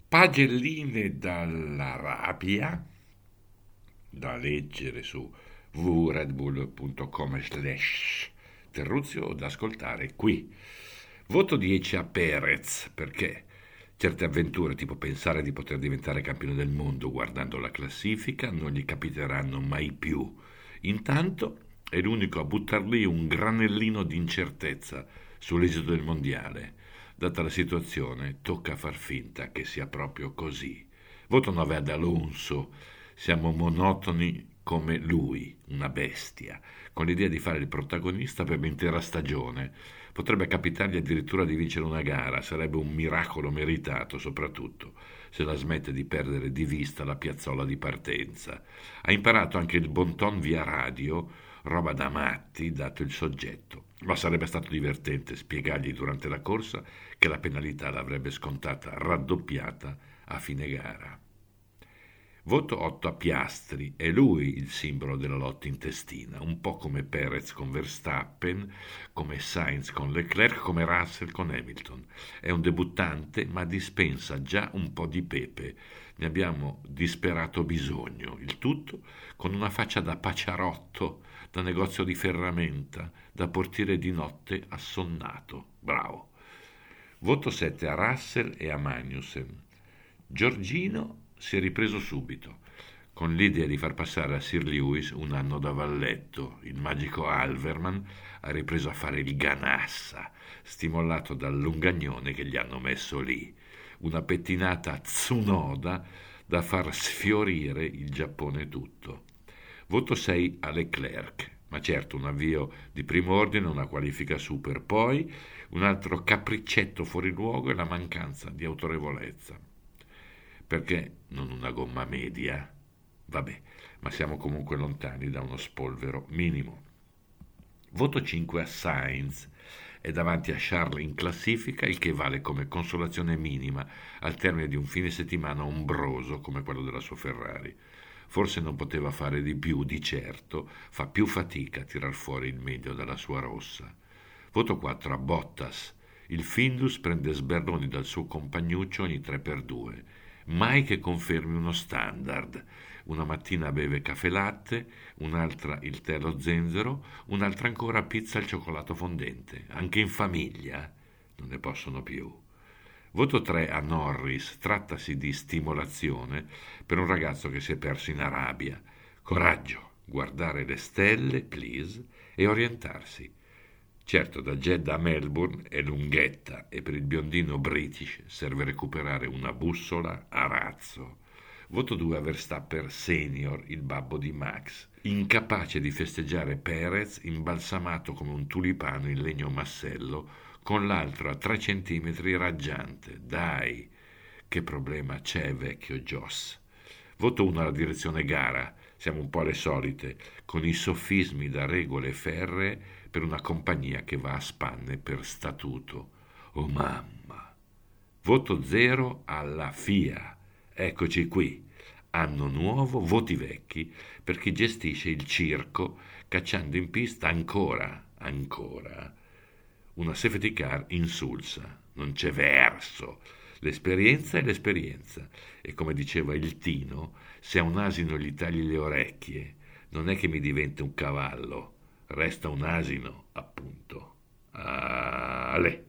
Pagelline dall'Arabia, da leggere su www.redbull.com/Terruzio o da ascoltare qui. Voto 10 a Perez, perché certe avventure, tipo pensare di poter diventare campione del mondo guardando la classifica, non gli capiteranno mai più. Intanto è l'unico a buttar lì un granellino di incertezza sull'esito del mondiale. Data la situazione, tocca far finta che sia proprio così. Voto 9 ad Alonso. Siamo monotoni come lui, una bestia, con l'idea di fare il protagonista per l'intera stagione. Potrebbe capitargli addirittura di vincere una gara, sarebbe un miracolo meritato, soprattutto se la smette di perdere di vista la piazzola di partenza. Ha imparato anche il bon ton via radio, roba da matti, dato il soggetto. Ma sarebbe stato divertente spiegargli durante la corsa che la penalità l'avrebbe scontata raddoppiata a fine gara. Voto 8 a Piastri, è lui il simbolo della lotta intestina, un po' come Perez con Verstappen, come Sainz con Leclerc, come Russell con Hamilton. È un debuttante ma dispensa già un po' di pepe. Ne abbiamo disperato bisogno, il tutto con una faccia da paciarotto, da negozio di ferramenta, da portiere di notte assonnato. Bravo. Voto 7 a Russell e a Magnussen. Giorgino si è ripreso subito, con l'idea di far passare a Sir Lewis un anno da valletto. Il magico Alverman ha ripreso a fare il ganassa, stimolato dal lungagnone che gli hanno messo lì. Una pettinata a Tsunoda da far sfiorire il Giappone tutto. Voto 6 a Leclerc, ma certo un avvio di primo ordine, una qualifica super, poi un altro capriccetto fuori luogo e la mancanza di autorevolezza. Perché non una gomma media? Vabbè, ma siamo comunque lontani da uno spolvero minimo. Voto 5 a Sainz, è davanti a Charles in classifica, il che vale come consolazione minima al termine di un fine settimana ombroso come quello della sua Ferrari. Forse non poteva fare di più, di certo, fa più fatica a tirar fuori il meglio dalla sua rossa. Voto 4 a Bottas, il Findus prende sberloni dal suo compagnuccio ogni 3x2. Mai che confermi uno standard. Una mattina beve caffè latte, un'altra il tè allo zenzero, un'altra ancora pizza al cioccolato fondente. Anche in famiglia non ne possono più. Voto 3 a Norris, trattasi di stimolazione per un ragazzo che si è perso in Arabia. Coraggio, guardare le stelle, please, e orientarsi. Certo, da Jeddah a Melbourne è lunghetta e per il biondino British serve recuperare una bussola a razzo. Voto 2 a Verstappen senior, il babbo di Max, incapace di festeggiare Perez imbalsamato come un tulipano in legno massello, con l'altro a 3 centimetri raggiante. Dai, che problema c'è, vecchio Joss? Voto 1 alla direzione gara, siamo un po' alle solite, con i sofismi da regole ferree per una compagnia che va a spanne per statuto. Oh mamma! Voto 0 alla FIA. Eccoci qui. Anno nuovo, voti vecchi per chi gestisce il circo cacciando in pista ancora una safety car insulsa. Non c'è verso. L'esperienza è l'esperienza. E come diceva il Tino, se a un asino gli tagli le orecchie, non è che mi diventa un cavallo, resta un asino, appunto. Ale.